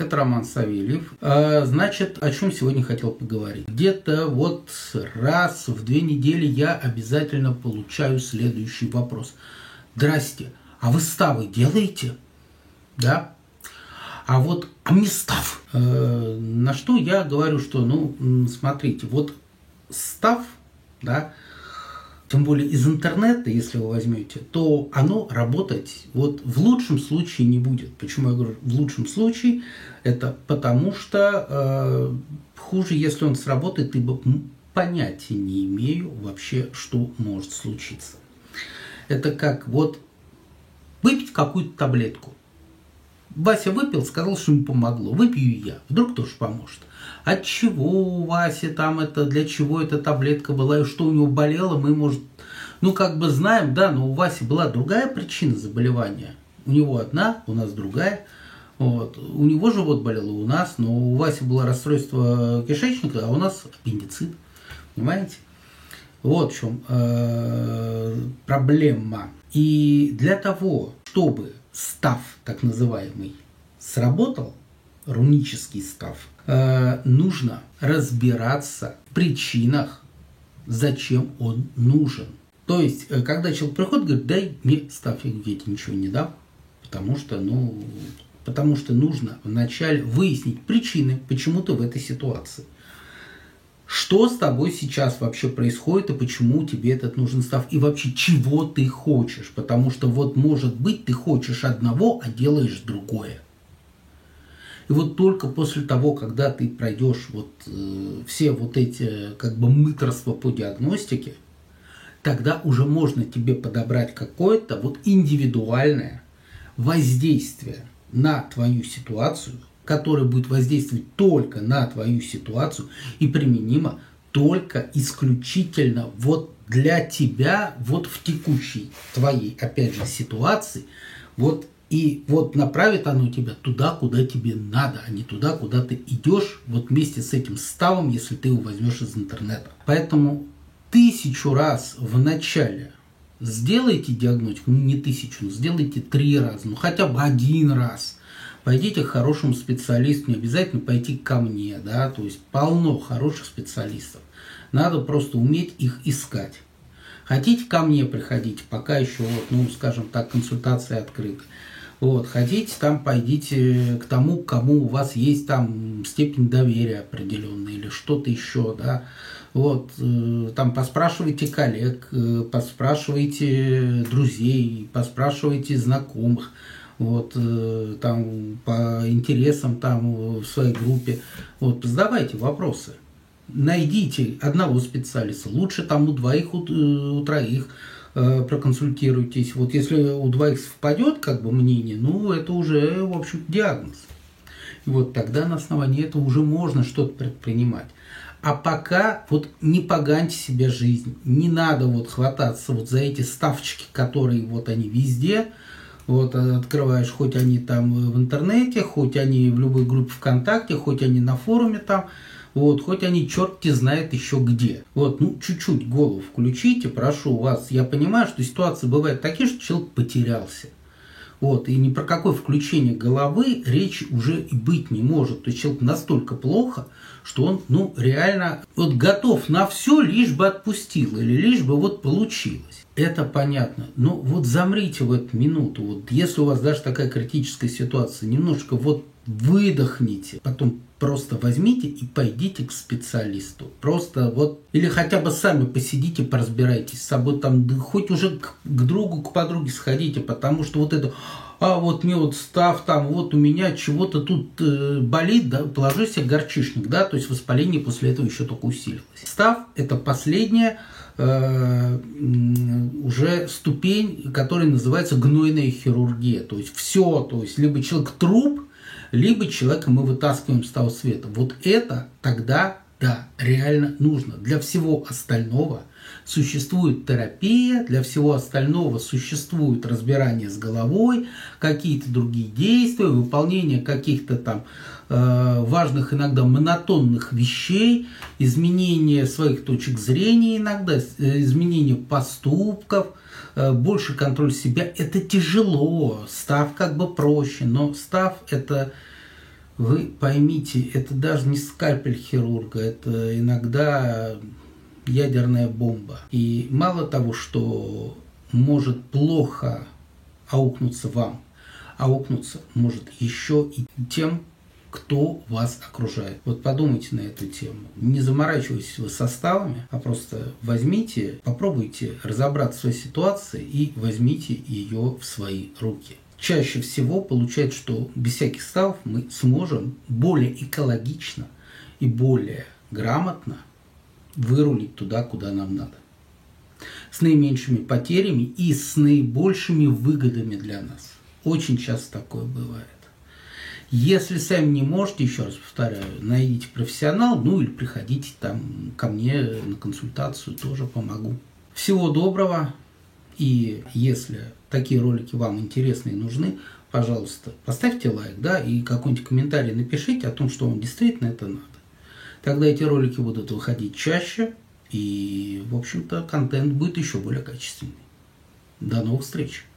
это Роман Савельев. Значит, о чем сегодня хотел поговорить. Где-то вот раз в 2 недели я обязательно получаю следующий вопрос. Здрасте, а вы ставы делаете? Да? А мне став. На что я говорю, что, смотрите, вот став, да, тем более из интернета, если вы возьмете, то оно работать в лучшем случае не будет. Почему я говорю в лучшем случае? Это потому что хуже, если он сработает, ибо понятия не имею вообще, что может случиться. Это как выпить какую-то таблетку. Вася выпил, сказал, что ему помогло. Выпью и я. Вдруг тоже поможет. От чего у Васи для чего эта таблетка была и что у него болело, мы, может, знаем, да, но у Васи была другая причина заболевания. У него одна, у нас другая. У него живот болел, у нас, но у Васи было расстройство кишечника, а у нас аппендицит. Понимаете? Вот в чем проблема. И для того, чтобы став, так называемый, сработал, рунический став, нужно разбираться в причинах, зачем он нужен. То есть, когда человек приходит, говорит, дай мне став, я тебе ничего не дам, потому что нужно вначале выяснить причины, почему ты в этой ситуации. Что с тобой сейчас вообще происходит и почему тебе этот нужен став? И вообще, чего ты хочешь? Потому что может быть, ты хочешь одного, а делаешь другое. И только после того, когда ты пройдешь все эти мыторства по диагностике, тогда уже можно тебе подобрать какое-то индивидуальное воздействие на твою ситуацию, которое будет воздействовать только на твою ситуацию и применимо только исключительно для тебя в текущей твоей, опять же, ситуации, и направит оно тебя туда, куда тебе надо, а не туда, куда ты идешь вместе с этим ставом, если ты его возьмешь из интернета. Поэтому 1000 раз в начале сделайте диагностику, не 1000, но сделайте 3 раза, хотя бы 1 раз. Пойдите к хорошему специалисту, не обязательно пойти ко мне, да, то есть полно хороших специалистов. Надо просто уметь их искать. Хотите ко мне приходите, пока еще, скажем так, консультация открыта. Хотите, пойдите к тому, к кому у вас есть степень доверия определенная или что-то еще, да. Поспрашивайте коллег, поспрашивайте друзей, поспрашивайте знакомых. По интересам в своей группе. Задавайте вопросы. Найдите одного специалиста. Лучше у 2, у 3 проконсультируйтесь. Если у 2 совпадет мнение, это уже, в общем, диагноз. И тогда на основании этого уже можно что-то предпринимать. А пока не поганьте себе жизнь. Не надо хвататься за эти ставчики, которые они везде. Открываешь, хоть они в интернете, хоть они в любой группе ВКонтакте, хоть они на форуме хоть они черт знает еще где. Чуть-чуть голову включите, прошу вас. Я понимаю, что ситуации бывают такие, что человек потерялся. И ни про какое включение головы речи уже и быть не может. То есть человек настолько плохо, что он, реально готов на все, лишь бы отпустил или лишь бы получилось. Это понятно. Но замрите в эту минуту. Если у вас даже такая критическая ситуация, немножко выдохните, потом просто возьмите и пойдите к специалисту. Просто или хотя бы сами посидите, поразбирайтесь с собой, хоть уже к другу, к подруге сходите, потому что мне став, у меня чего-то тут болит, да, положи себе горчишник, да, то есть воспаление после этого еще только усилилось. Став – это последняя уже ступень, которая называется гнойная хирургия, то есть все, то есть либо человек труп, либо человека мы вытаскиваем с того света. Это тогда, да, реально нужно. Для всего остального существует терапия, для всего остального существует разбирание с головой, какие-то другие действия, выполнение каких-то важных, иногда монотонных вещей, изменение своих точек зрения иногда, изменение поступков, больше контроль себя. Это тяжело, став проще, но став это вы поймите, это даже не скальпель хирурга, это иногда ядерная бомба. И мало того, что может плохо аукнуться вам, аукнуться может еще и тем, кто вас окружает. Вот подумайте на эту тему. Не заморачивайтесь вы составами, а просто возьмите, попробуйте разобраться в своей ситуации и возьмите ее в свои руки. Чаще всего получается, что без всяких ставов мы сможем более экологично и более грамотно вырулить туда, куда нам надо. С наименьшими потерями и с наибольшими выгодами для нас. Очень часто такое бывает. Если сами не можете, еще раз повторяю, найдите профессионала, ну или приходите там ко мне на консультацию, тоже помогу. Всего доброго. И если такие ролики вам интересны и нужны, пожалуйста, поставьте лайк, да, и какой-нибудь комментарий напишите о том, что вам действительно это надо. Тогда эти ролики будут выходить чаще, и, в общем-то, контент будет еще более качественный. До новых встреч!